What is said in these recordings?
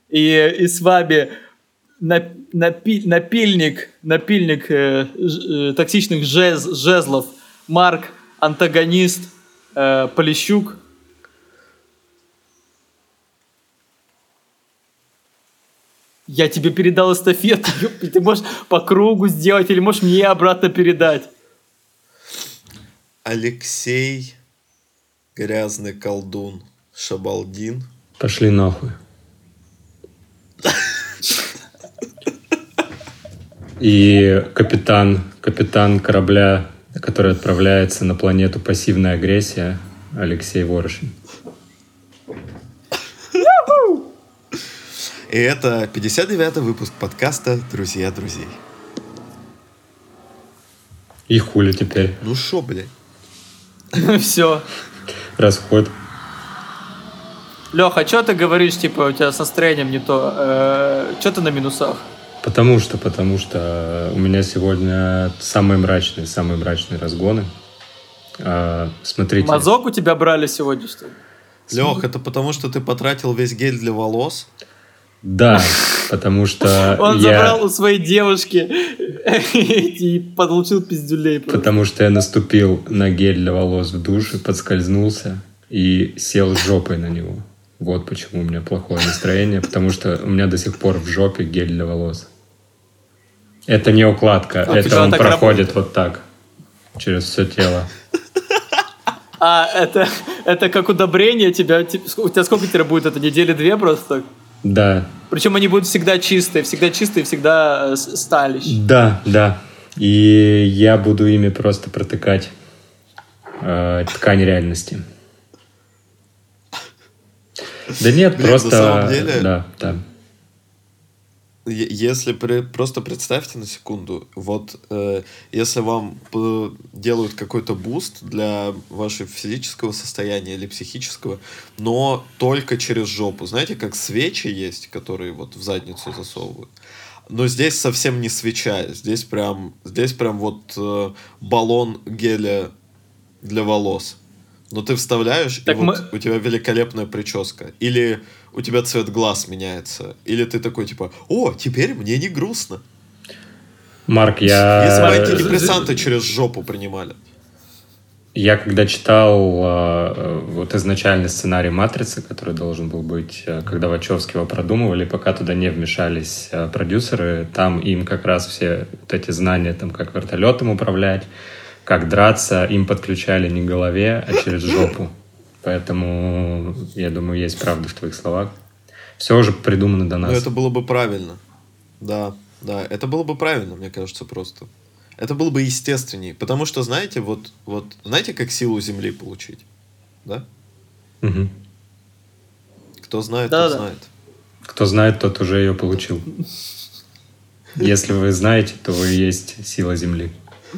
и с вами напильник токсичных жезлов Марк, антагонист Полищук. Я тебе передал эстафету, ты можешь по кругу сделать или можешь мне обратно передать. Алексей, грязный колдун, Шабалдин. Пошли нахуй. И капитан корабля, который отправляется на планету «Пассивная агрессия», Алексей Ворошин. И это 59-й выпуск подкаста «Друзья друзей». И хули теперь? Ну шо, блядь? Все. Расход. Леха, что ты говоришь, типа, у тебя с настроением не то? Что ты на минусах? Потому что у меня сегодня самые мрачные разгоны. Смотрите. Мазок у тебя брали сегодня, что ли? Лех, это потому что ты потратил весь гель для волос? Да, потому что он забрал у своей девушки и получил пиздюлей. Потому что я наступил на гель для волос в душе, подскользнулся и сел жопой на него. Вот почему у меня плохое настроение, потому что у меня до сих пор в жопе гель для волос. Это не укладка, это он проходит вот так, через все тело. Это как удобрение тебя... У тебя сколько теперь будет? Это недели 2 просто? Да. Причем они будут всегда чистые, всегда сталищ. Да. И я буду ими просто протыкать ткань реальности. Да нет, просто... На самом деле... Да. Если просто представьте на секунду, вот если вам делают какой-то буст для вашего физического состояния или психического, но только через жопу. Знаете, как свечи есть, которые вот в задницу засовывают? Но здесь совсем не свеча, здесь прям вот баллон геля для волос. Но ты вставляешь, так и вот у тебя великолепная прическа. Или у тебя цвет глаз меняется. Или ты такой, типа, о, теперь мне не грустно. Марк, Если бы антидепрессанты через жопу принимали. Я когда читал вот изначальный сценарий «Матрицы», который должен был быть, когда Вачовски его продумывали, пока туда не вмешались продюсеры, там им как раз все вот эти знания, там, как вертолетом управлять, как драться, им подключали не к голове, а через жопу. Поэтому, я думаю, есть правда в твоих словах. Все уже придумано до нас. Ну, это было бы правильно. Да, это было бы правильно, мне кажется, просто. Это было бы естественнее. Потому что, знаете, вот знаете, как силу Земли получить? Да? Угу. Кто знает, тот знает. Кто знает, тот уже ее получил. Если вы знаете, то вы и есть сила Земли.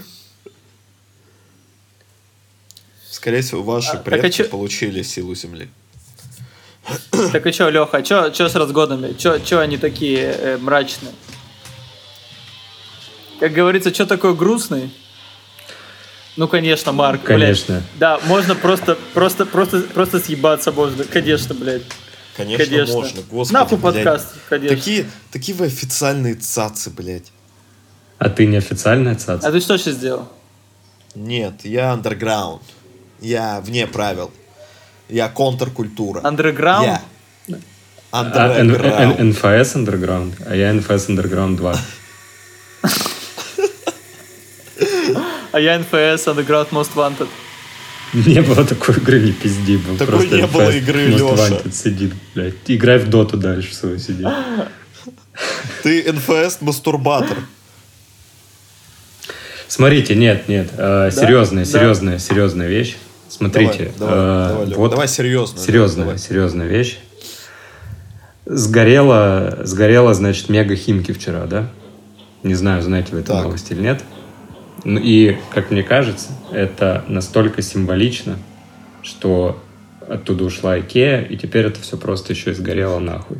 Скорее всего, ваши предки получили силу Земли. Так и что, Леха, что с разгонами? Что они такие мрачные? Как говорится, что такое грустный? Ну, конечно, Марк. Конечно. Блядь. Да, можно просто съебаться можно. Конечно, блядь. Конечно. Можно. Господи, нахуй подкаст, конечно. Такие вы официальные цацы, блядь. А ты не официальная цаца? А ты что сейчас сделал? Нет, я underground. Я вне правил. Я контркультура. Underground? НФС Underground, а я НФС Underground 2. А я НФС Underground Most Wanted. Не было такой игры, не пизди. Был такой просто не было игры, Most Леша. Wanted сидит, блядь. Играй в доту дальше свою сиди. Ты НФС мастурбатор. Смотрите, нет. Серьезная вещь. Смотрите. Давай Серьезная вещь. Сгорела, значит, Мега Химки вчера, да? Не знаю, знаете вы эту новость или нет. И, как мне кажется, это настолько символично, что оттуда ушла Икеа, и теперь это все просто еще и сгорело нахуй.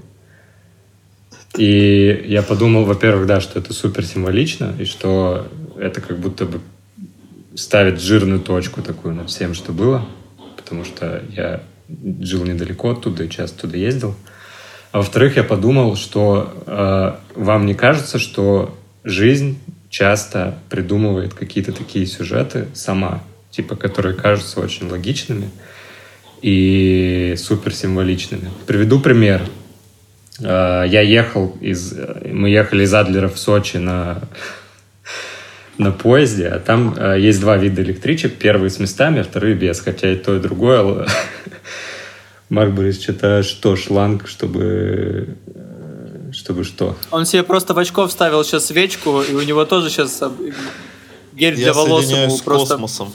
И я подумал, во-первых, да, что это супер символично, и что это как будто бы ставит жирную точку такую над всем, что было, потому что я жил недалеко оттуда и часто туда ездил. А во-вторых, я подумал, что вам не кажется, что жизнь часто придумывает какие-то такие сюжеты сама, типа, которые кажутся очень логичными и суперсимволичными. Приведу пример. Мы ехали из Адлера в Сочи на поезде, а там есть два вида электричек. Первые с местами, а вторые без. Хотя и то, и другое. Марк Борисович, это что, шланг, чтобы что? Он себе просто в очко вставил сейчас свечку, и у него тоже сейчас гель для волос. Я соединяюсь с просто... космосом.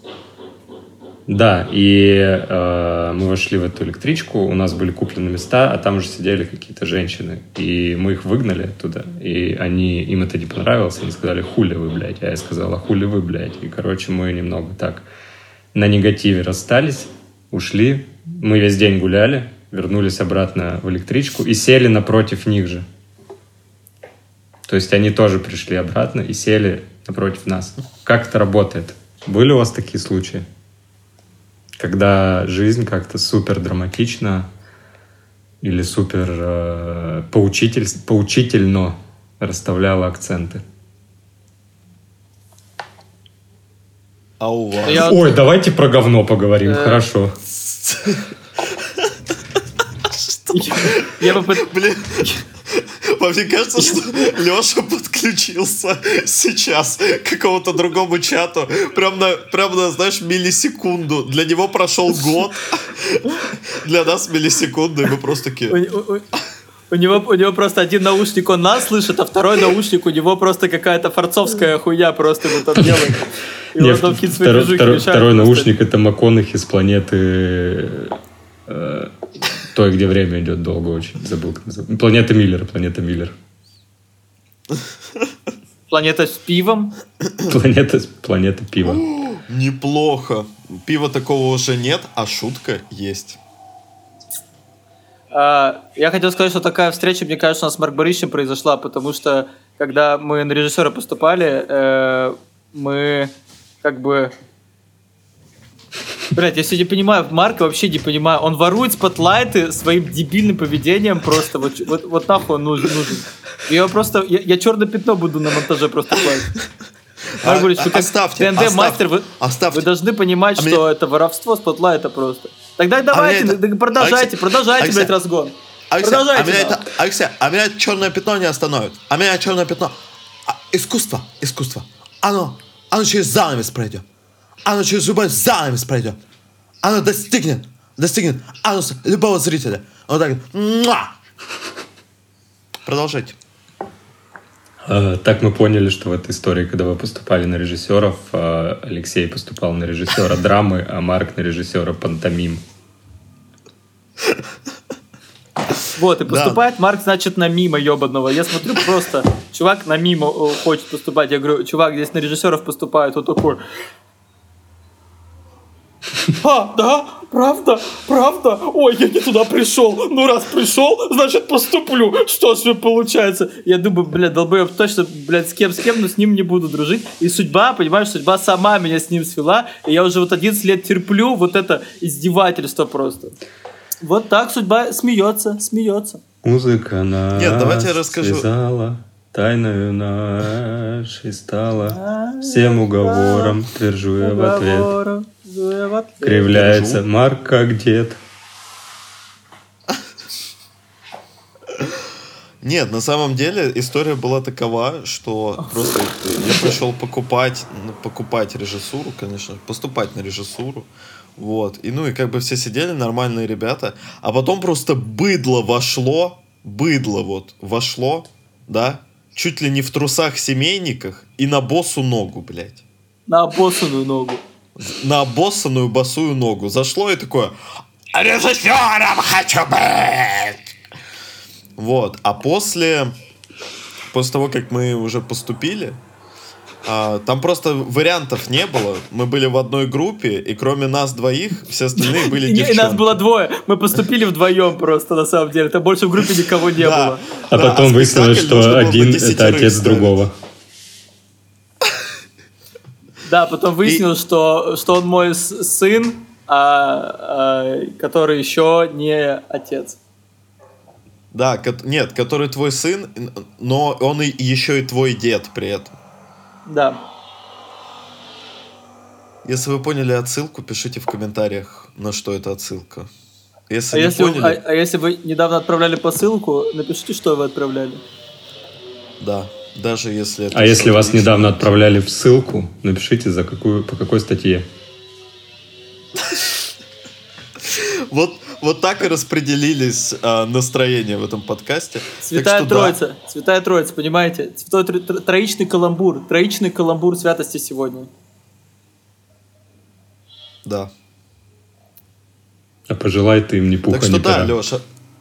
Да, и мы вошли в эту электричку, у нас были куплены места, а там уже сидели какие-то женщины. И мы их выгнали оттуда, и им это не понравилось, они сказали: хули вы, блядь. А я сказал: а хули вы, блядь. И, короче, мы немного так на негативе расстались, ушли. Мы весь день гуляли, вернулись обратно в электричку и сели напротив них же. То есть они тоже пришли обратно и сели напротив нас. Как это работает? Были у вас такие случаи? Когда жизнь как-то супер драматично или супер поучительно расставляла акценты. А у вас? Ой, давайте про говно поговорим, хорошо. Блин, вам не кажется, что Леша подключился сейчас к какому-то другому чату? Прям на, знаешь, миллисекунду. Для него прошел год. Для нас миллисекунду, и мы просто такие... У него просто один наушник, он нас слышит, а второй наушник, у него просто какая-то форцовская хуйня просто ему там делает. И нет, второй наушник — это МакКонахи с планеты... той, где время идет долго очень. Забыл, как называется. Планета Миллер. Планета с пивом? Планета пива. Неплохо. Пива такого уже нет, а шутка есть. Я хотел сказать, что такая встреча, мне кажется, у нас с Марк Борисовичем произошла, потому что, когда мы на режиссера поступали, мы как бы... Блять, я сегодня не понимаю, Марка вообще не понимаю. Он ворует спотлайты своим дебильным поведением просто. Вот нахуй он нужен. Я черное пятно буду на монтаже просто класть. Марк Борисович, вы как ДНД-мастер, вы должны понимать, что это воровство спотлайта просто. Тогда давайте, продолжайте, блядь, разгон. Алексей, а меня черное пятно не остановит. А меня черное пятно... Искусство. Оно через занавес пройдет. Оно через любой занавес пройдет. Оно достигнет ануса любого зрителя. Вот так. Продолжайте. Так мы поняли, что в этой истории, когда вы поступали на режиссеров, Алексей поступал на режиссера драмы, а Марк на режиссера пантомим. Вот, и поступает Марк, значит, на мимо ебаного. Я смотрю просто, чувак на мимо хочет поступать. Я говорю: чувак, здесь на режиссеров поступает. Вот такой... Да? Правда? Ой, я не туда пришел. Ну, раз пришел, значит, поступлю. Что ж получается? Я думаю, блядь, долбоеб, точно, блядь, с кем, но с ним не буду дружить. И судьба, понимаешь, судьба сама меня с ним свела. И я уже 11 лет терплю вот это издевательство просто. Вот так судьба смеется. Музыка нас Нет, давайте я расскажу. Связала, тайною нашей стала. Всем уговором твержу я в ответ. Кривляется Марк как дед. Нет, на самом деле история была такова, что просто я пришел покупать режиссуру, конечно, поступать на режиссуру. Вот. И как бы все сидели, нормальные ребята. А потом просто быдло вошло, да, чуть ли не в трусах-семейниках и на босу ногу, блядь. На обоссанную ногу. На обоссанную босую ногу. Зашло и такое: режиссером хочу быть! Вот. А после того, как мы уже поступили, там просто вариантов не было. Мы были в одной группе, и кроме нас двоих, все остальные были девчонки. И нас было двое. Мы поступили вдвоем просто, на самом деле. Там больше в группе никого не было. А потом выяснилось, что один — это отец другого. Да, потом выяснилось, что он мой сын, который еще не отец. Да, нет, который твой сын, но он еще и твой дед при этом. Да. Если вы поняли отсылку, пишите в комментариях, на что это отсылка. Если А не если, поняли, если вы недавно отправляли посылку, напишите, что вы отправляли. да, даже если это А если что-то вас личное. недавно отправляли в ссылку, напишите, по какой статье. Вот так и распределились настроения в этом подкасте. Святая Так что Троица, Святая Троица, понимаете? Троичный каламбур святости сегодня. Да. А пожелай ты им ни пуха, Так что ни да, пера. Леша.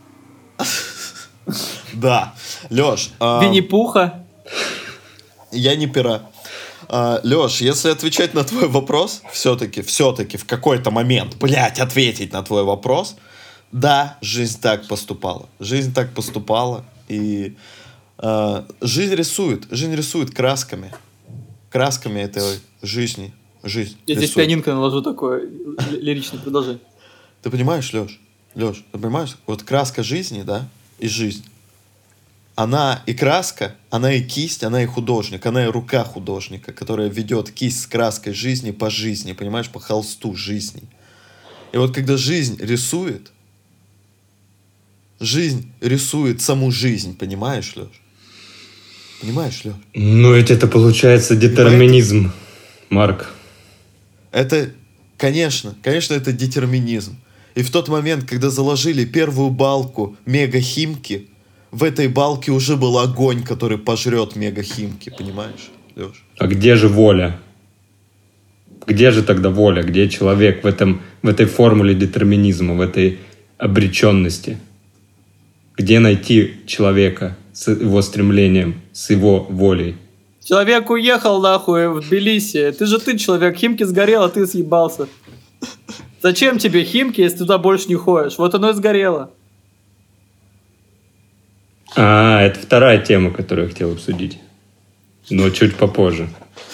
Да, Леш. Винни-Пуха. Я не пера. Леш, если отвечать на твой вопрос, все-таки в какой-то момент, ответить на твой вопрос, да, жизнь так поступала. Жизнь так поступала, и жизнь рисует красками. Красками этой жизни. Жизнь Я здесь рисует. пианинко наложу такое лиричное продолжение. Ты понимаешь, Леш? Леш, ты понимаешь? Вот краска жизни, да, и жизнь. Она и краска, она и кисть, она и художник, она и рука художника, которая ведет кисть с краской жизни по жизни, понимаешь, по холсту жизни. И вот когда жизнь рисует саму жизнь, понимаешь, Леш? Понимаешь, Леш? Ну ведь это получается детерминизм, Марк. Это, конечно, это детерминизм. И в тот момент, когда заложили первую балку мегахимки, в этой балке уже был огонь, который пожрет мегахимки, понимаешь, Леш? А где же воля? Где же тогда воля? Где человек в этой формуле детерминизма, в этой обреченности? Где найти человека с его стремлением, с его волей? Человек уехал нахуй в Тбилиси. Ты человек. Химки сгорел, а ты съебался. Зачем тебе Химки, если туда больше не ходишь? Вот оно и сгорело. Это вторая тема, которую я хотел обсудить. Но чуть попозже.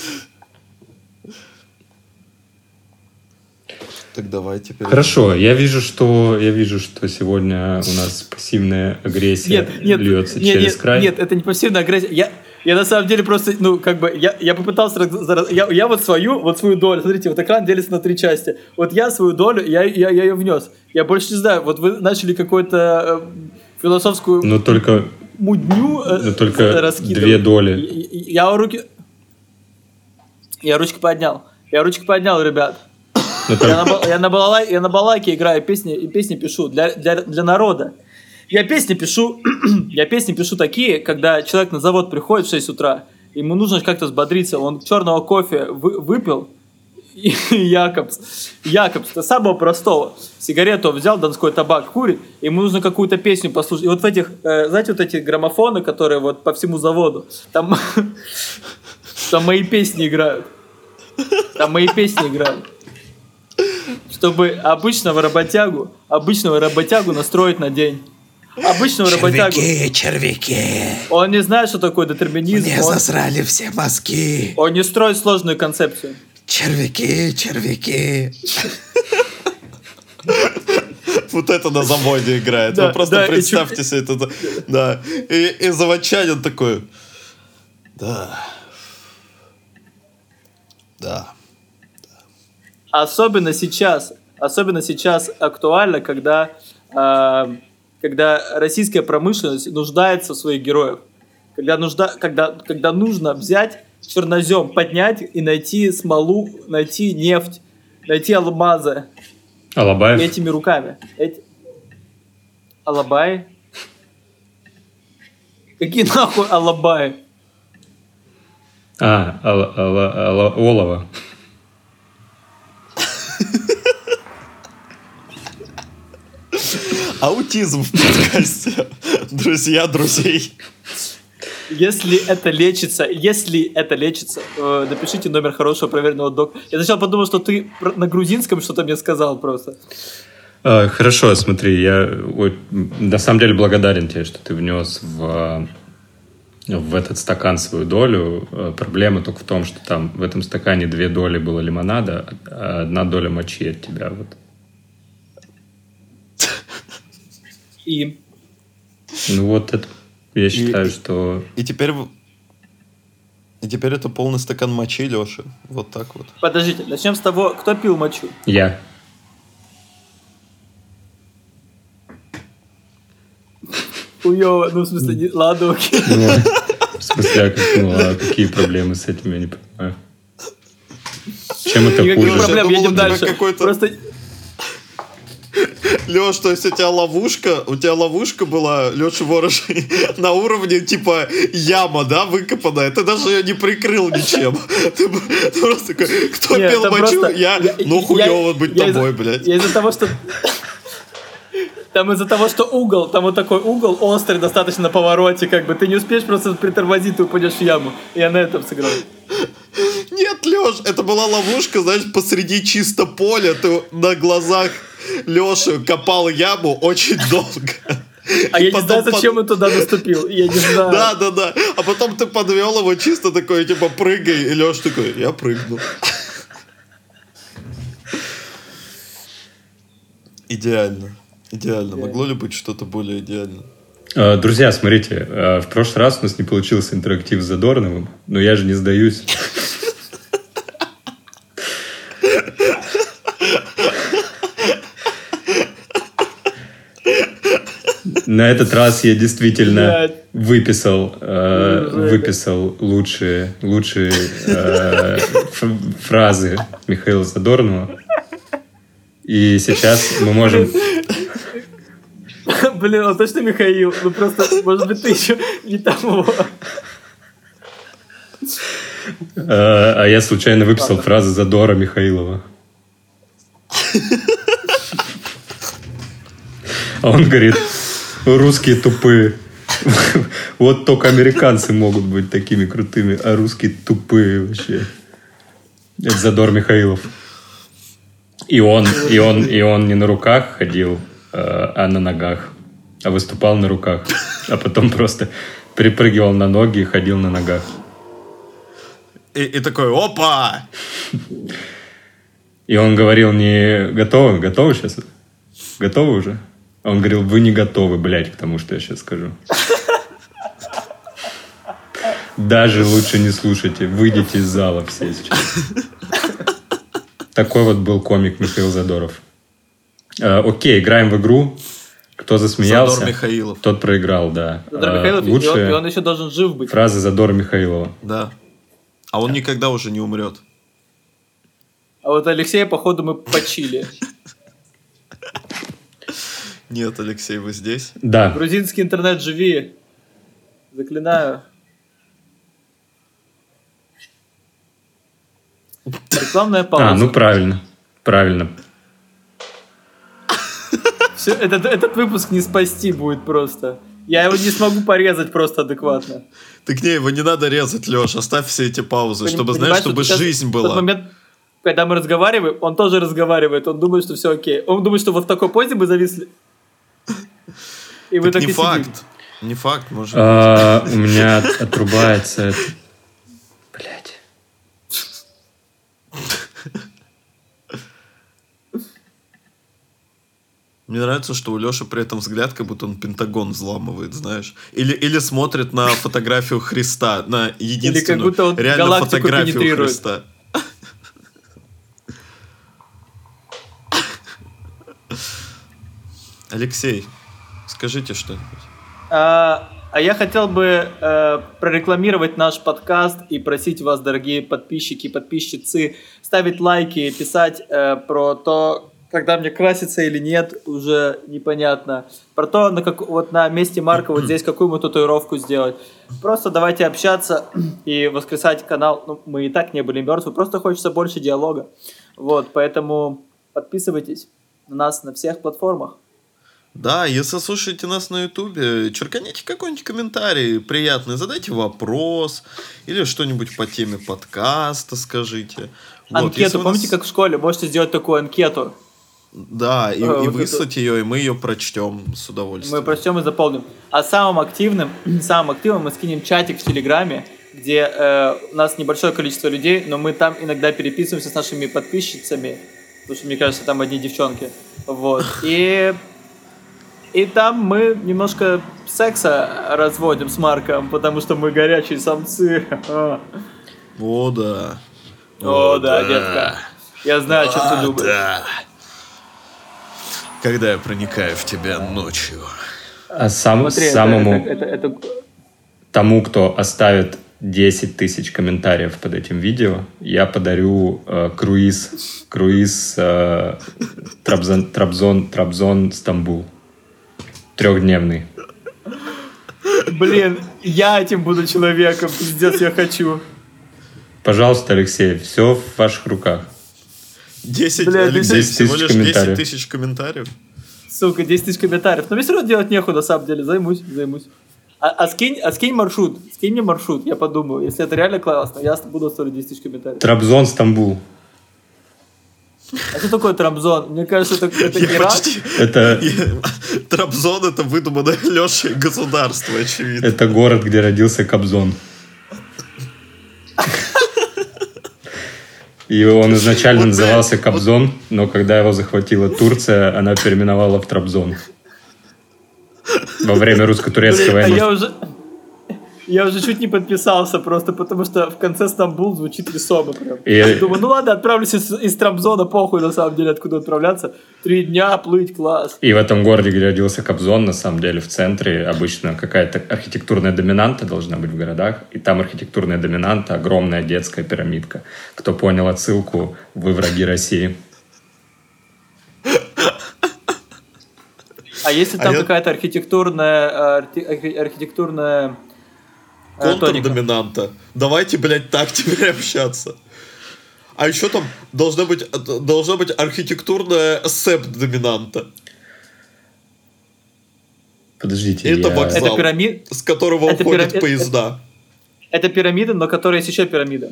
Так давай теперь. Хорошо, я вижу, что сегодня у нас пассивная агрессия льется через край. Нет, это не пассивная агрессия. Я на самом деле просто, я попытался, я вот свою долю, смотрите, вот экран делится на 3 части. Вот я свою долю, я ее внес. Я больше не знаю, вот вы начали какую-то философскую мудню раскидывать. 2 доли. Я ручки поднял, ребят. Я на балалайке играю песни пишу для народа. Я песни пишу такие, когда человек на завод приходит в 6 утра, ему нужно как-то взбодриться, он черного кофе выпил, и Якобс, самого простого, сигарету взял, донской табак курит, ему нужно какую-то песню послушать. И вот в этих, знаете, вот эти граммофоны, которые вот по всему заводу, там мои песни играют. Чтобы обычного работягу настроить на день. Обычного работягу. Червяки. Он не знает, что такое детерминизм. Мне засрали все мозги. Он не строит сложную концепцию. Червяки. Вот это на заводе играет. Да, Вы просто да, представьте себе это. Да. И заводчанин такой. Да. Особенно сейчас актуально, когда российская промышленность нуждается в своих героях. Когда нужно взять чернозем, поднять и найти смолу, найти нефть, найти алмазы. Алабаев? Этими руками. Алабаи? Какие нахуй алабаи? Олова. Аутизм в подкасте. Друзья друзей. Если это лечится, напишите номер хорошего проверенного доктора. Я сначала подумал, что ты на грузинском что-то мне сказал просто. Хорошо, смотри, я на самом деле благодарен тебе, что ты внес в этот стакан свою долю. Проблема только в том, что там в этом стакане 2 доли было лимонада, а 1 доля мочи от тебя. Вот. И Ну вот это, я считаю, что... И теперь это полный стакан мочи, Леша. Вот так вот. Подождите, начнем с того, кто пил мочу. Я. Хуёво, ну в смысле, ладно, окей. Ну, в смысле, а какие проблемы с этим, я не понимаю. Чем это Никаких хуже? проблем, Я думал, едем у тебя дальше. какой-то- Просто Леш, то есть у тебя ловушка была, Леша Ворожий, на уровне типа яма, да, выкопанная. Ты даже ее не прикрыл ничем. Ты просто такой, кто Нет, пил это мочу? просто- Я. Ну хуёво быть я тобой, блядь. Я из-за того, что... Там из-за того, что угол, там вот такой угол острый достаточно на повороте, как бы ты не успеешь просто притормозить, ты упадешь в яму. Я на этом сыграл. Нет, Леш, это была ловушка, знаешь, посреди чисто поля. Ты на глазах Леши копал яму очень долго. А И я не знаю, потом зачем я туда наступил. Я не знаю. Да. А потом ты подвел его чисто такой, типа, прыгай. И Леша такой, я прыгну. Идеально. Могло ли быть что-то более идеально? Друзья, смотрите, в прошлый раз у нас не получился интерактив с Задорновым, но я же не сдаюсь. На этот раз я действительно выписал лучшие фразы Михаила Задорнова. И сейчас мы можем... Блин, он точно Михаил? Ну просто, может быть, ты еще не того. А я случайно выписал фразы Задора Михаилова. А он говорит, русские тупые. Вот только американцы могут быть такими крутыми, а русские тупые вообще. Это Задор Михаилов. И он не на руках ходил, а на ногах. А выступал на руках. А потом просто перепрыгивал на ноги и ходил на ногах. И такой, опа! И он говорил не готовы сейчас? Готовы уже? А он говорил, вы не готовы, блядь, к тому, что я сейчас скажу. Даже лучше не слушайте. Выйдите из зала все сейчас. Такой вот был комик Михаил Задоров. Окей, играем в игру. Кто засмеялся, Задор Михаилов. тот проиграл, да. Задор Михаилов, и Лучшие он еще должен жив быть. фразы Задора Михаилова. Да. А он никогда уже не умрет. А вот Алексея, походу, мы почили. Нет, Алексей, вы здесь? Да. Грузинский интернет, живи. Заклинаю. Рекламная пауза. Ну правильно. Все, этот выпуск не спасти будет просто. Я его не смогу порезать просто адекватно. Так не, его не надо резать, Леш. Оставь все эти паузы, чтобы, знаешь, Понимаешь, чтобы вот сейчас, жизнь в была. тот момент, когда мы разговариваем, он тоже разговаривает. Он думает, что все окей. Он думает, что вот в такой позе мы зависли. И вы так не и сидите. факт. Не факт, может У меня отрубается... Блядь. Мне нравится, что у Леши при этом взгляд, как будто он Пентагон взламывает, знаешь. Или смотрит на фотографию Христа, на единственную будто он реально галактику фотографию пенетрирует. Христа. Алексей, скажите что-нибудь. А я хотел бы прорекламировать наш подкаст и просить вас, дорогие подписчики и подписчицы, ставить лайки, писать про то, когда мне краситься или нет, уже непонятно. Про то, вот на месте Марка вот здесь какую мы татуировку сделать. Просто давайте общаться и воскресать канал. Ну, мы и так не были мертвы, просто хочется больше диалога. Вот, поэтому подписывайтесь на нас на всех платформах. Да, если слушаете нас на Ютубе, черканите какой-нибудь комментарий приятный, задайте вопрос или что-нибудь по теме подкаста скажите. Анкету, вот, помните, как в школе? Можете сделать такую анкету. Да, и вот выслать ее, и мы ее прочтем с удовольствием. Мы прочтем и заполним. А самым активным мы скинем чатик в Телеграме, где у нас небольшое количество людей, но мы там иногда переписываемся с нашими подписчицами, потому что, мне кажется, там одни девчонки. Вот. И И там мы немножко секса разводим с Марком, потому что мы горячие самцы. О, да. О, да, детка. Я знаю, о чем ты думаешь. Да. Когда я проникаю в тебя ночью. А Смотри, самому это тому, кто оставит 10 тысяч комментариев под этим видео, я подарю круиз Трабзон, Стамбул. 3-дневный. Блин, я этим буду человеком, пиздец, я хочу. Пожалуйста, Алексей, все в ваших руках. 10, Бля, Алексей, 10 всего тысяч лишь 10 комментариев. тысяч комментариев. Сука, 10 тысяч комментариев. Но мне все равно делать нехуй, на самом деле. Займусь. Скинь маршрут. Скинь мне маршрут, я подумаю. Если это реально классно, я буду оставлять 10 тысяч комментариев. Трабзон, Стамбул. А что такое Трабзон? Мне кажется, это Ирак. Это Трабзон — это выдуманное Лешей государство, очевидно. Это город, где родился Кобзон. И он изначально назывался Кобзон, но когда его захватила Турция, она переименовала в Трабзон. Во время русско-турецкой Блин, войны. Я уже чуть не подписался просто, потому что в конце Стамбул звучит весомо прям. И- Думаю, ну ладно, отправлюсь из Трабзона, похуй на самом деле, откуда отправляться. 3 дня плыть, класс. И в этом городе, где родился Кобзон, на самом деле в центре обычно какая-то архитектурная доминанта должна быть в городах. И там архитектурная доминанта — огромная детская пирамидка. Кто понял отсылку, вы враги России. А если там я- какая-то архитектурная тоника? Контрдоминанта. Давайте, блядь, так теперь общаться. А еще там должна быть архитектурная септ-доминанта. Подождите, Это я... вокзал. Это пирамид? С которого Это уходят пирамид- поезда. Это пирамида, но которая есть еще пирамида.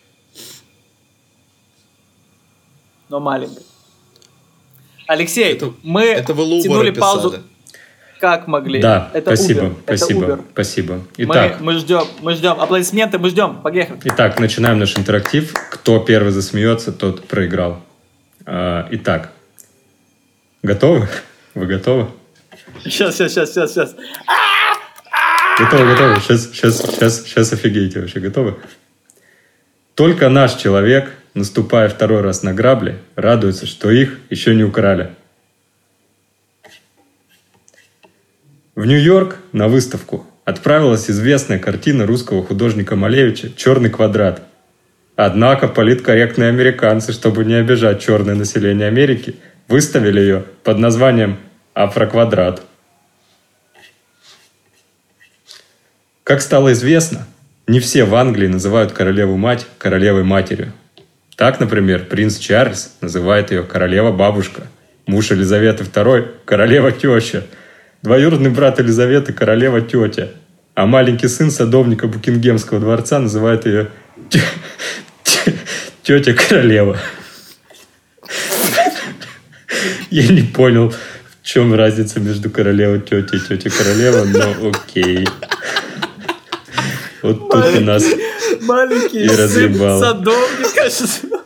Но маленькая. Алексей, Это мы вы Лувр тянули описали. паузу как могли. Да, это спасибо, Uber. спасибо, Это Uber. спасибо. Итак, Мы ждем. Аплодисменты мы ждем. Поехали. Итак, начинаем наш интерактив. Кто первый засмеется, тот проиграл. Итак, готовы? Вы готовы? Сейчас. Готовы. Сейчас офигеете вообще. Готовы? Только наш человек, наступая второй раз на грабли, радуется, что их еще не украли. В Нью-Йорк на выставку отправилась известная картина русского художника Малевича «Черный квадрат». Однако политкорректные американцы, чтобы не обижать черное население Америки, выставили ее под названием «Афроквадрат». Как стало известно, не все в Англии называют королеву-мать королевой-матерью. Так, например, принц Чарльз называет ее королева-бабушка, муж Елизаветы II – королева-теща, двоюродный брат Елизаветы – королева-тетя, а маленький сын садовника Букингемского дворца называет ее тетя-королева. Я не понял, в чем разница между королева-тетя и тетя-королева, но окей. Вот тут у нас Маленький И сын разъебало. садовника.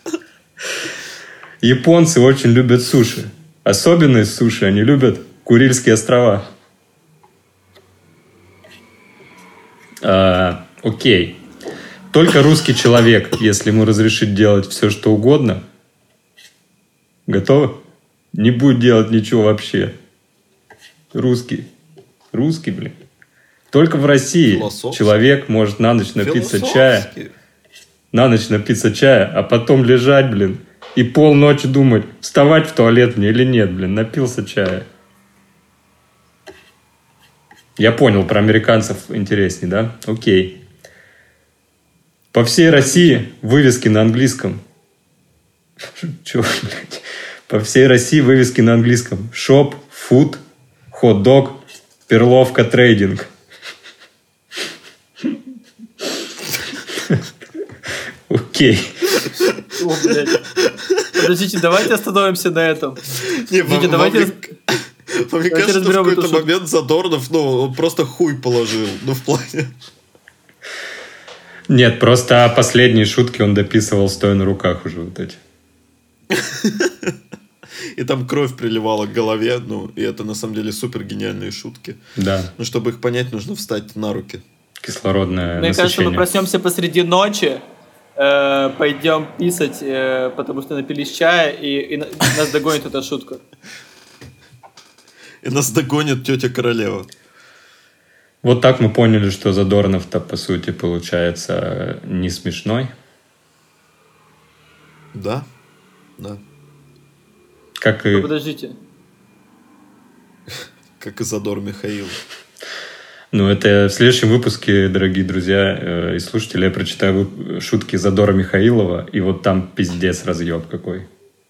Японцы очень любят суши. Особенно из суши они любят Курильские острова. Окей. Только русский человек, если ему разрешить делать все, что угодно, готовы? Не будет делать ничего вообще. Русский, блин. Только в России Философски. человек может на ночь напиться чая, Философски. а потом лежать, блин, и полночи думать, вставать в туалет мне или нет, блин, напился чая. Я понял, про американцев интересней, да? Окей. По всей России вывески на английском. Чё, блядь? По всей России вывески на английском. Шоп, фуд, хот-дог, перловка, трейдинг. Окей. О, блядь. Подождите, давайте остановимся на этом. Не, Извините, давайте... мне кажется, что в разберем эту какой-то шутку. момент Задорнов, он просто хуй положил. В плане... Нет, просто последние шутки он дописывал стоя на руках уже вот эти. И там кровь приливала к голове. Ну, и это на самом деле супер гениальные шутки. Да. Но чтобы их понять, нужно встать на руки. Кислородное Мне кажется, насыщение. мы проснемся посреди ночи, пойдем писать, потому что напились чая, и нас догонит эта шутка. И нас догонит тетя королева. Вот так мы поняли, что Задорнов-то, по сути, получается не смешной. Да, да. Как и... Подождите. Как и Задор Михаил. Ну, это в следующем выпуске, дорогие друзья и слушатели, я прочитаю шутки Задора Михаилова, и вот там пиздец разъеб какой.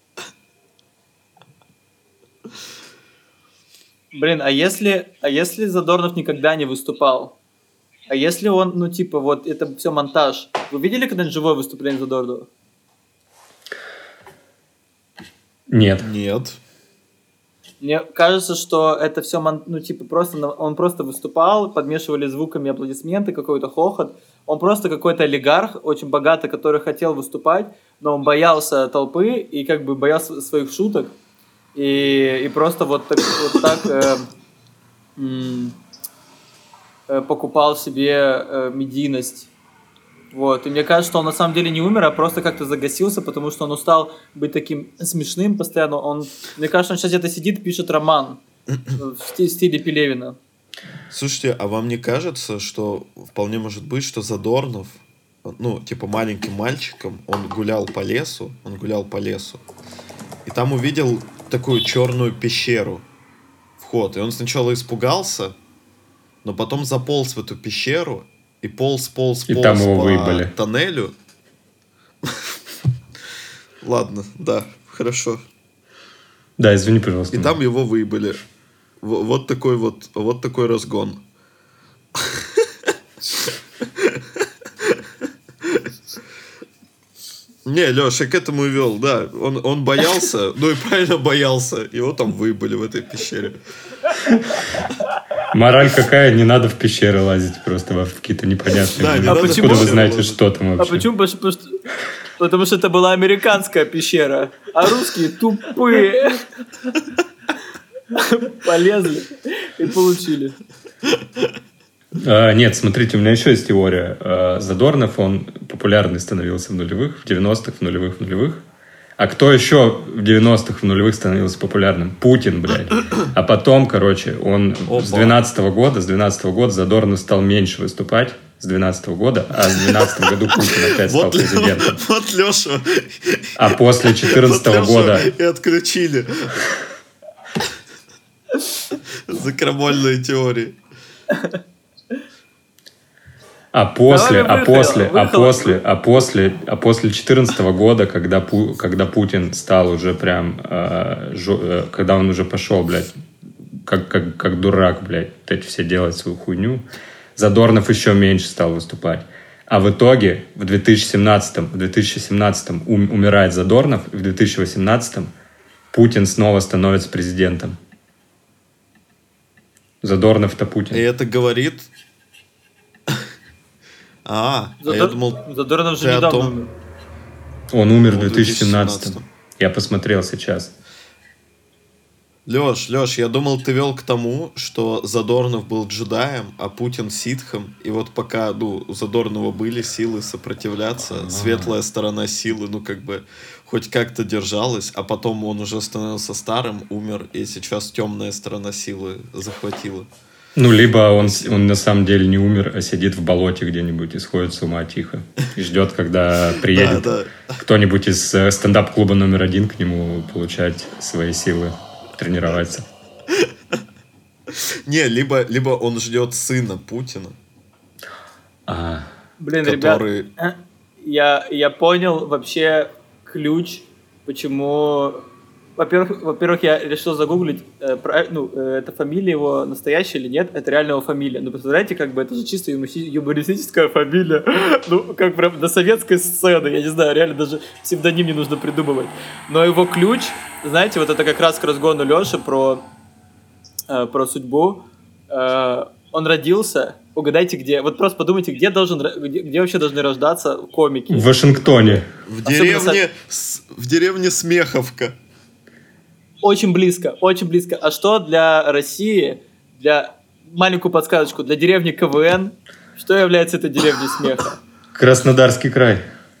Блин, а если Задорнов никогда не выступал? А если он, ну, типа, вот это все монтаж? Вы видели когда-нибудь живое выступление Задорнова? Нет. Нет. Мне кажется, что это все, ну, типа, просто он просто выступал, подмешивали звуками аплодисменты, какой-то хохот. Он просто какой-то олигарх, очень богатый, который хотел выступать, но он боялся толпы и как бы боялся своих шуток. И просто вот так покупал себе медийность. Вот. И мне кажется, что он на самом деле не умер, а просто как-то загасился, потому что он устал быть таким смешным постоянно. Мне кажется, он сейчас где-то сидит, пишет роман в стиле Пелевина. Слушайте, а вам не кажется, что вполне может быть, что Задорнов, ну, типа маленьким мальчиком, он гулял по лесу, и там увидел такую черную пещеру, вход. И он сначала испугался, но потом заполз в эту пещеру и полз И там его по выебали. тоннелю. Ладно, да, хорошо. Да, извини, пожалуйста. И там его выебали. Вот такой разгон. Не, Леш, я к этому и вел, да. Он боялся, ну и правильно боялся. Его там выебали в этой пещере. Мораль какая? Не надо в пещеры лазить просто в какие-то непонятные... Да, не надо в Откуда вы пещеры знаете, лазить. что там вообще? А почему? Потому что это была американская пещера, а русские тупые. Полезли и получили. Нет, смотрите, у меня еще есть теория. Задорнов, он популярный становился в нулевых, в 90-х, в нулевых. А кто еще в 90-х, в нулевых становился популярным? Путин, блядь. А потом, короче, он с 12 года Задорнов стал меньше выступать, с 12 года, а с 12 году Путин опять стал президентом. Вот Леша. А после 14 года... И отключили. За крамольные теории. А после 14 года, когда Путин стал уже прям, когда он уже пошел, блядь, как дурак, блядь, эти все делать свою хуйню, Задорнов еще меньше стал выступать. А в итоге в 2017 умирает Задорнов, и в 2018 Путин снова становится президентом. Задорнов-то Путин. И это говорит... я думал... Задорнов же ты о недавно том- умер. Он умер в в 2017. 2017. Я посмотрел сейчас. Леш, я думал, ты вел к тому, что Задорнов был джедаем, а Путин ситхом. И вот пока, у Задорнова были силы сопротивляться, светлая сторона силы, как бы, хоть как-то держалась, а потом он уже становился старым, умер, и сейчас темная сторона силы захватила. Либо он на самом деле не умер, а сидит в болоте где-нибудь и сходит с ума тихо. И ждет, когда приедет кто-нибудь из стендап-клуба номер 1 к нему получать свои силы, тренироваться. Не, либо он ждет сына Путина. Блин, который... ребят, я понял вообще ключ, почему... Во-первых, я решил загуглить, это фамилия его настоящая или нет, это реально его фамилия. Представляете, как бы это же чисто юмористическая фамилия, как прям до советской сцены, я не знаю, реально даже псевдоним не нужно придумывать. Но его ключ, знаете, вот это как раз к разгону Леши про судьбу. Он родился, угадайте где, вот просто подумайте, где вообще должны рождаться комики. В Вашингтоне. В деревне Смеховка. очень близко, очень близко. А что для России, для маленькую подсказочку, для деревни КВН, что является этой деревней смеха? Краснодарский край.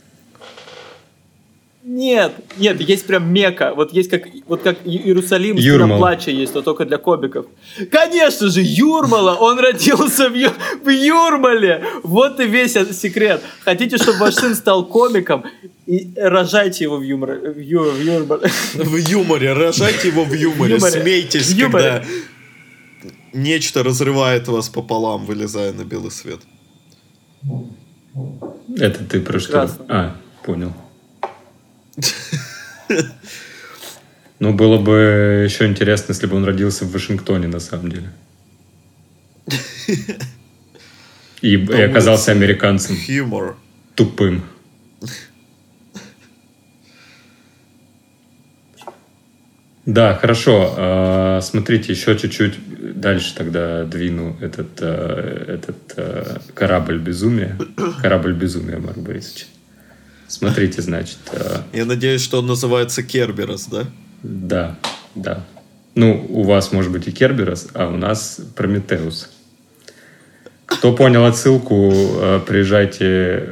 Нет, есть прям Мекка. Вот есть как Иерусалим, Юрмала. плача есть, но только для кобиков. Конечно же, Юрмала, он родился в Юрмале. Вот и весь секрет. Хотите, чтобы ваш сын стал комиком, и рожайте его в Юрмале. В юморе, рожайте его в юморе. Смейтесь, когда нечто разрывает вас пополам, вылезая на белый свет. Это ты про что? Прекрасно. Понял. Ну, было бы еще интересно, если бы он родился в Вашингтоне, на самом деле. И оказался американцем. Юмор. Тупым. Да, хорошо. Смотрите, еще чуть-чуть дальше тогда двину этот корабль безумия. Корабль безумия, Марк Борисович. Смотрите, значит... Я надеюсь, что он называется Керберос, да? Да. Ну, у вас может быть и Керберос, а у нас Прометеус. Кто понял отсылку, приезжайте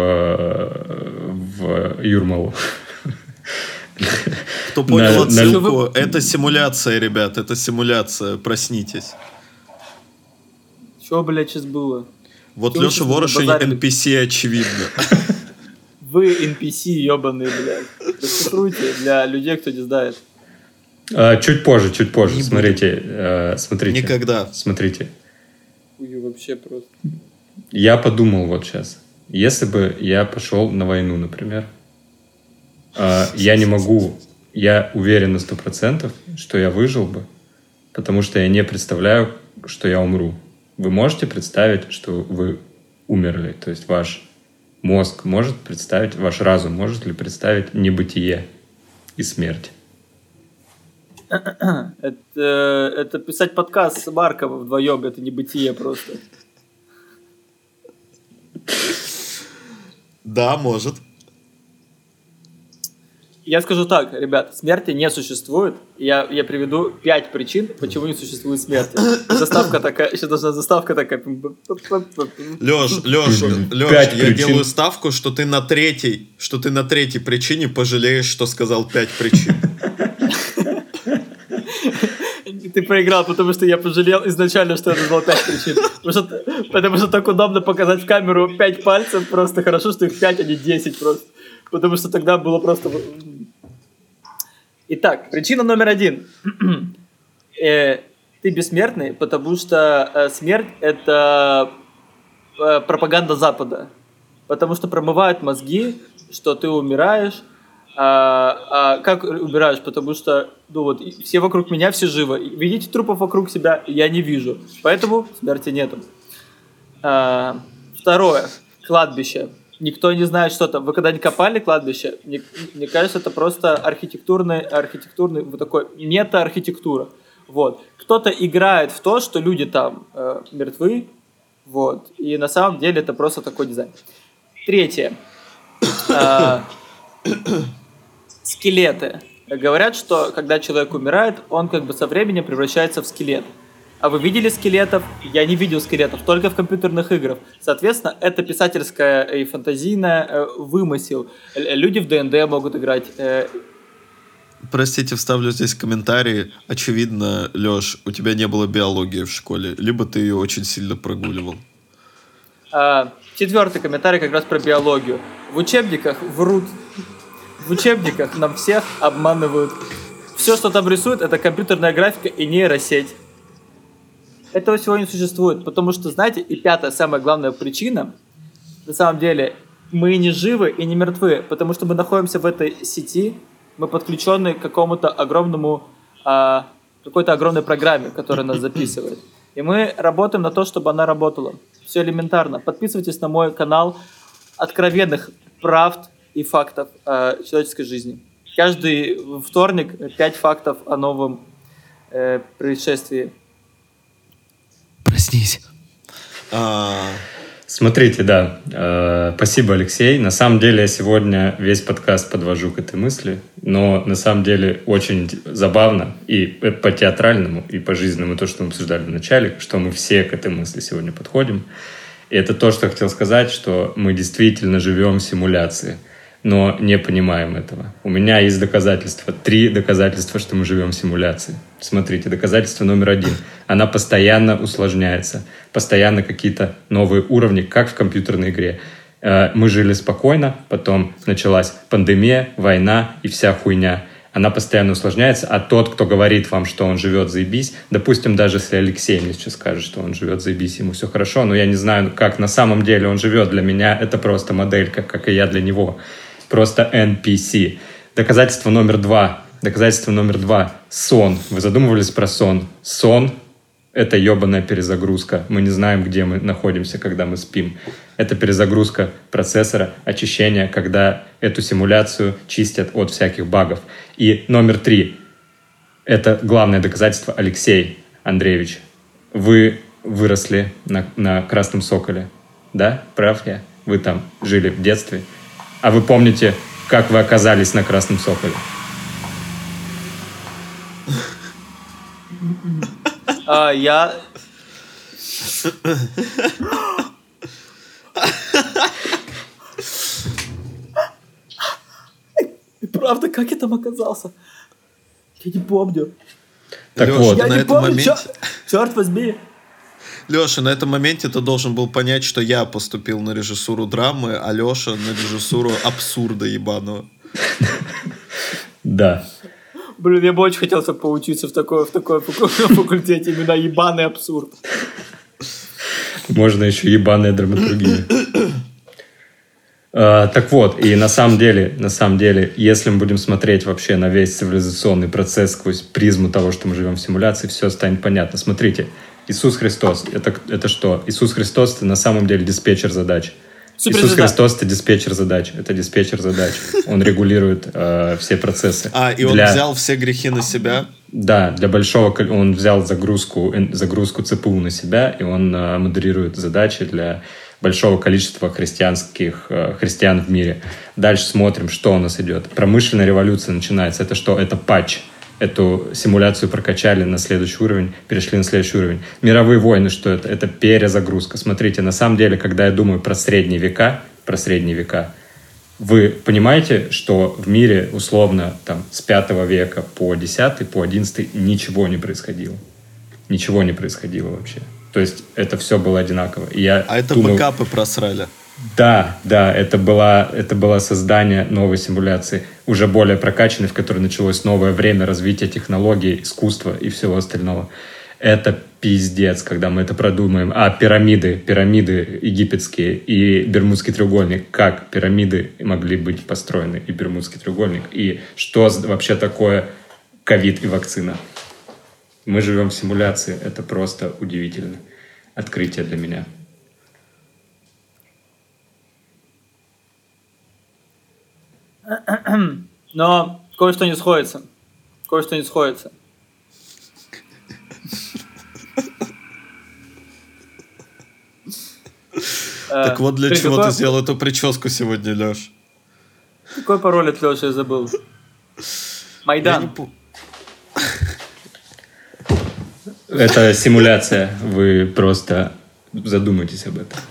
в Юрмалу. Кто понял отсылку, это симуляция, ребят, это симуляция, проснитесь. Что, блядь, сейчас было? Вот Леша Ворошин NPC, очевидно. Вы NPC, ебаные, блядь. Расшифруйте для людей, кто не знает. Чуть позже. Не Смотрите. Никогда. Смотрите. Ой, вообще просто. Я подумал вот сейчас. Если бы я пошел на войну, например, я не могу, я уверен на 100%, что я выжил бы, потому что я не представляю, что я умру. Вы можете представить, что вы умерли? То есть ваш мозг может представить, ваш разум может ли представить небытие и смерть? Это писать подкаст с Марковым вдвоем, это небытие просто. Да, может. Я скажу так, ребят, смерти не существует. Я приведу 5 причин, почему не существует смерти. Заставка такая, еще должна заставка такая. Лёш, я делаю ставку, что ты на третьей причине пожалеешь, что сказал 5 причин. Ты проиграл, потому что я пожалел изначально, что я назвал 5 причин. Потому что так удобно показать в камеру 5 пальцев, просто хорошо, что их 5, а не 10 просто. Потому что тогда было просто... Итак, причина номер 1. Ты бессмертный, потому что смерть — это пропаганда Запада. Потому что промывают мозги, что ты умираешь. А как умираешь? Потому что все вокруг меня, все живы. Видите трупов вокруг себя? Я не вижу. Поэтому смерти нету. Второе. Кладбище. Никто не знает, что там. Вы когда не копали кладбище, мне кажется, это просто архитектурный вот такой мета-архитектура. Вот. Кто-то играет в то, что люди там мертвы. Вот. И на самом деле это просто такой дизайн. Третье. Скелеты. Говорят, что когда человек умирает, он как бы со временем превращается в скелет. А вы видели скелетов? Я не видел скелетов, только в компьютерных играх. Соответственно, это писательское и фантазийное вымысел. Люди в ДНД могут играть. Простите, вставлю здесь комментарий. Очевидно, Лёш, у тебя не было биологии в школе, либо ты ее очень сильно прогуливал. 4-й комментарий как раз про биологию. В учебниках врут. В учебниках нам всех обманывают. Все, что там рисуют, это компьютерная графика и нейросеть. Этого всего не существует, потому что, знаете, и 5-я, самая главная причина, на самом деле, мы не живы и не мертвы, потому что мы находимся в этой сети, мы подключены к какому-то огромному, какой-то огромной программе, которая нас записывает. И мы работаем на то, чтобы она работала. Все элементарно. Подписывайтесь на мой канал откровенных правд и фактов о человеческой жизни. Каждый вторник 5 фактов о новом происшествии. Проснись. Смотрите, да, спасибо, Алексей. На самом деле я сегодня весь подкаст подвожу к этой мысли, но на самом деле очень забавно и по театральному, и по жизненному, то, что мы обсуждали в начале, что мы все к этой мысли сегодня подходим. И это то, что я хотел сказать, что мы действительно живем в симуляции, но не понимаем этого. У меня есть доказательства, 3 доказательства, что мы живем в симуляции. Смотрите, доказательство номер 1. Она постоянно усложняется, постоянно какие-то новые уровни, как в компьютерной игре. Мы жили спокойно, потом началась пандемия, война и вся хуйня. Она постоянно усложняется, а тот, кто говорит вам, что он живет заебись, допустим, даже если Алексей мне сейчас скажет, что он живет заебись, ему все хорошо, но я не знаю, как на самом деле он живет. Для меня это просто моделька, как и я для него. Просто NPC. Доказательство номер 2. Доказательство номер 2. Сон. Вы задумывались про сон? Сон — это ебаная перезагрузка. Мы не знаем, где мы находимся, когда мы спим. Это перезагрузка процессора, очищение, когда эту симуляцию чистят от всяких багов. И номер 3. Это главное доказательство. Алексей Андреевич, вы выросли на Красном Соколе. Да? Прав я? Вы там жили в детстве. А вы помните, как вы оказались на Красном Соколе? Я... Правда, как я там оказался? Я не помню. Так Леша, вот. Я на не этом помню, моменте... черт возьми. Леша, на этом моменте ты должен был понять, что я поступил на режиссуру драмы, а Леша на режиссуру абсурда ебаного. Да. Блин, я бы очень хотел поучиться в такой факультете, именно ебаный абсурд. Можно еще ебаная драматургия. Так вот, и на самом деле, если мы будем смотреть вообще на весь цивилизационный процесс сквозь призму того, что мы живем в симуляции, все станет понятно. Смотрите, Иисус Христос, это что? Иисус Христос — это на самом деле диспетчер задач. Иисус Христос — это диспетчер задач. Это диспетчер задач. Он регулирует все процессы. И он взял все грехи на себя? Да, для большого... Он взял загрузку ЦПУ на себя, и он модерирует задачи для большого количества христиан в мире. Дальше смотрим, что у нас идет. Промышленная революция начинается. Это что? Это патч. Эту симуляцию прокачали на следующий уровень, перешли на следующий уровень. Мировые войны, что это? Это перезагрузка. Смотрите, на самом деле, когда я думаю про средние века, вы понимаете, что в мире условно там, с 5 века по 10, по 11 ничего не происходило. Ничего не происходило вообще. То есть это все было одинаково. И я это думаю, бэкапы просрали. Да, это было создание новой симуляции, уже более прокачанной, в которой началось новое время развития технологий, искусства и всего остального. Это пиздец, когда мы это продумаем. А пирамиды египетские и Бермудский треугольник, как пирамиды могли быть построены, и Бермудский треугольник, и что вообще такое ковид и вакцина. Мы живем в симуляции, это просто удивительно. Открытие для меня. Но кое-что не сходится. Так вот для чего ты сделал эту прическу сегодня, Леш? Какой пароль от Леши я забыл? Майдан. Это симуляция. Вы просто задумайтесь об этом.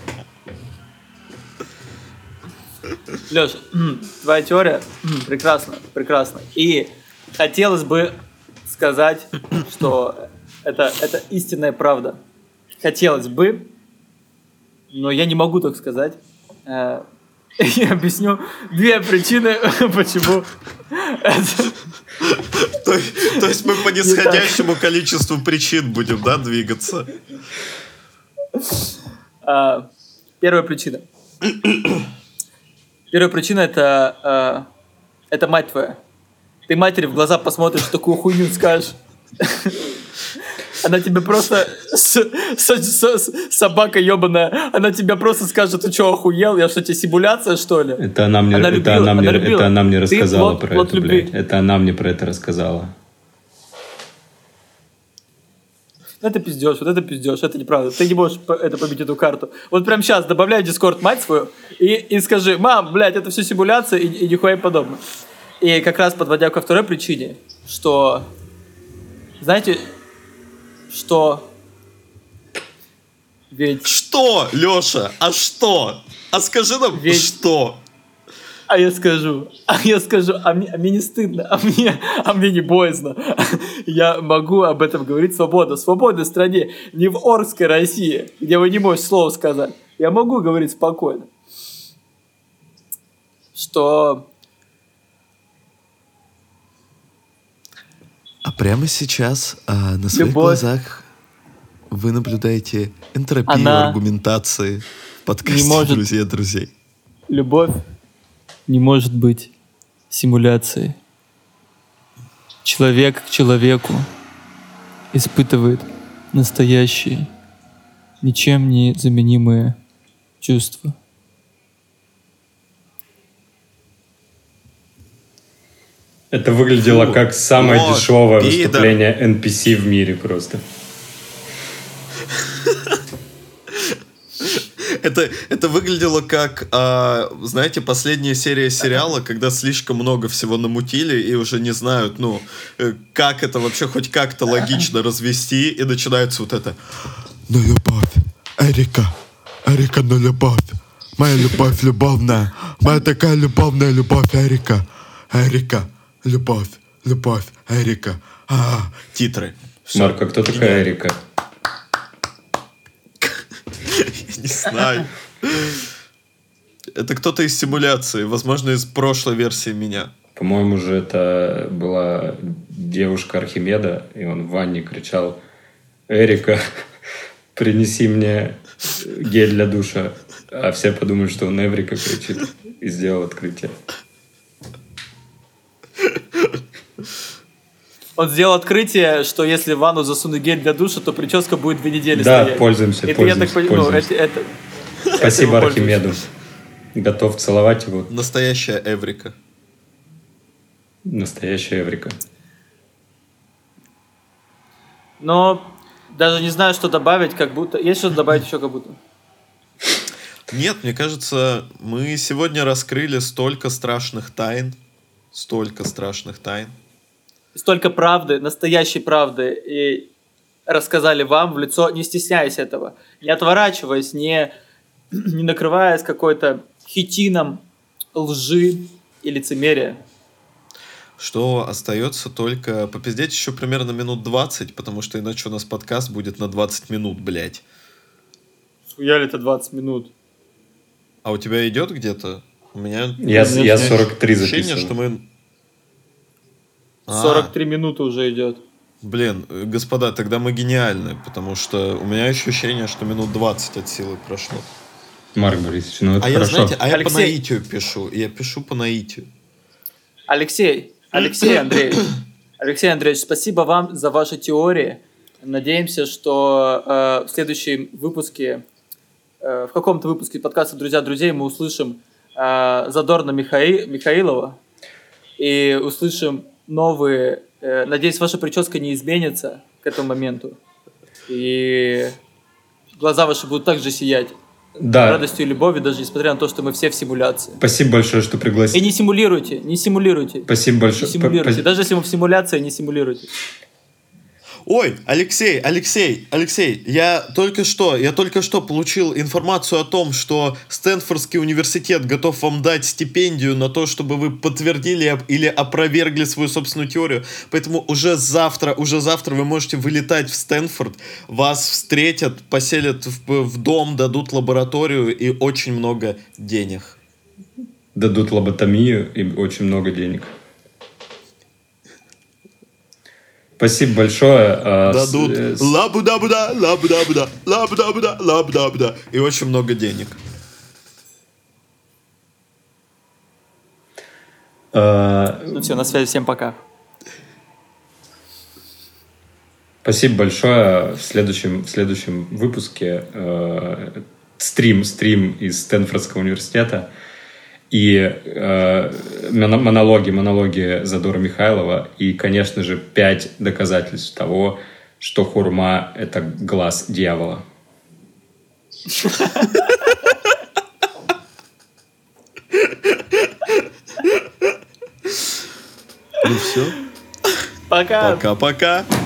Леша, твоя теория прекрасна. И хотелось бы сказать, что это истинная правда. Хотелось бы, но я не могу так сказать. Я объясню 2 причины, почему это... То есть мы по нисходящему количеству причин будем, да, двигаться? Первая причина. Первая причина это мать твоя. Ты матери в глаза посмотришь, такую хуйню скажешь. Она тебе просто собака ебаная. Она тебе просто скажет: ты что, охуел? Я что, тебе симуляция, что ли? Это она мне рассказала про это, блядь. Это она мне про это рассказала. это пиздешь, это неправда. Ты не можешь побить эту карту. Вот прямо сейчас добавляй в Discord мать свою и скажи: мам, блядь, это все симуляция и нихуя подобное. И как раз подводя ко второй причине, что, знаете, что... Ведь... Что, Леша? А что? А скажи нам, что? А я скажу, а мне не стыдно, а мне не боязно. Я могу об этом говорить свободно. В свободной стране, не в Орской России, где вы не можете слова сказать. Я могу говорить спокойно. Что... А прямо сейчас на своих глазах вы наблюдаете энтропию аргументации в подкасте «Друзья друзей». Любовь не может быть симуляцией. Человек к человеку испытывает настоящие, ничем не заменимые чувства. Это выглядело как самое дешевое выступление NPC в мире просто. Это выглядело как, знаете, последняя серия сериала, когда слишком много всего намутили и уже не знают, как это вообще хоть как-то логично развести, и начинается вот это: «На любовь, Эрика, на любовь, моя любовь любовная, моя такая любовная любовь, Эрика, любовь, Эрика». Титры. Марк, а кто такая Эрика? Не знаю. Это кто-то из симуляции, возможно, из прошлой версии меня. По-моему же это была девушка Архимеда, и он в ванне кричал: «Эрика, принеси мне гель для душа». А все подумают, что он Эврика кричит, и сделал открытие. Он сделал открытие, что если в ванну засунуть гель для душа, то прическа будет 2 недели стоять. Да, пользуемся. Спасибо Архимеду. Готов целовать его. Настоящая Эврика. Настоящая Эврика. Но даже не знаю, что добавить, как будто... Есть что добавить еще, как будто? Нет, мне кажется, мы сегодня раскрыли столько страшных тайн. Столько правды, настоящей правды, и рассказали вам в лицо, не стесняясь этого, не отворачиваясь, не накрываясь какой-то хитином лжи и лицемерия. Что остается только попиздеть еще примерно минут 20, потому что иначе у нас подкаст будет на 20 минут, блядь. Схуяли это 20 минут? А у тебя идет где-то? У меня... Я 43 записывал. Что мы... 43 минуты уже идет. Блин, господа, тогда мы гениальны, потому что у меня ощущение, что минут 20 от силы прошло. Марк Борисович, это хорошо. Я, знаете, я по наитию пишу. Я пишу по наитию. Алексей Андреевич, спасибо вам за ваши теории. Надеемся, что в следующем выпуске, в каком-то выпуске подкаста «Друзья друзей» мы услышим задорно Михаилова и услышим новые... Надеюсь, ваша прическа не изменится к этому моменту. И глаза ваши будут также сиять. Да. Радостью и любовью, даже несмотря на то, что мы все в симуляции. Спасибо большое, что пригласили. И не симулируйте. Спасибо большое. Не симулируйте. Даже если мы в симуляции, не симулируйте. Ой, Алексей, я только что получил информацию о том, что Стэнфордский университет готов вам дать стипендию на то, чтобы вы подтвердили или опровергли свою собственную теорию. Поэтому уже завтра вы можете вылетать в Стэнфорд, вас встретят, поселят в дом, дадут лабораторию и очень много денег. Дадут лоботомию и очень много денег. Спасибо большое. Дадут лабуда-буда и очень много денег. Ну все, на связи, всем пока. Спасибо большое. В следующем выпуске стрим из Стэнфордского университета и монологи Задора Михайлова и, конечно же, 5 доказательств того, что хурма – это глаз дьявола. Ну все. Пока. Пока-пока.